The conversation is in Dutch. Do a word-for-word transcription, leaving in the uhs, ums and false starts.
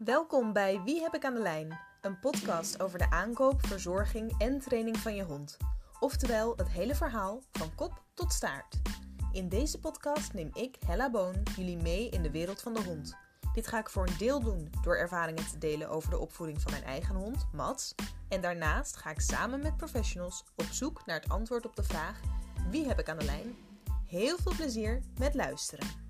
Welkom bij Wie heb ik aan de lijn? Een podcast over de aankoop, verzorging en training van je hond. Oftewel het hele verhaal van kop tot staart. In deze podcast neem ik, Hella Boon, jullie mee in de wereld van de hond. Dit ga ik voor een deel doen door ervaringen te delen over de opvoeding van mijn eigen hond, Mats. En daarnaast ga ik samen met professionals op zoek naar het antwoord op de vraag: wie heb ik aan de lijn? Heel veel plezier met luisteren.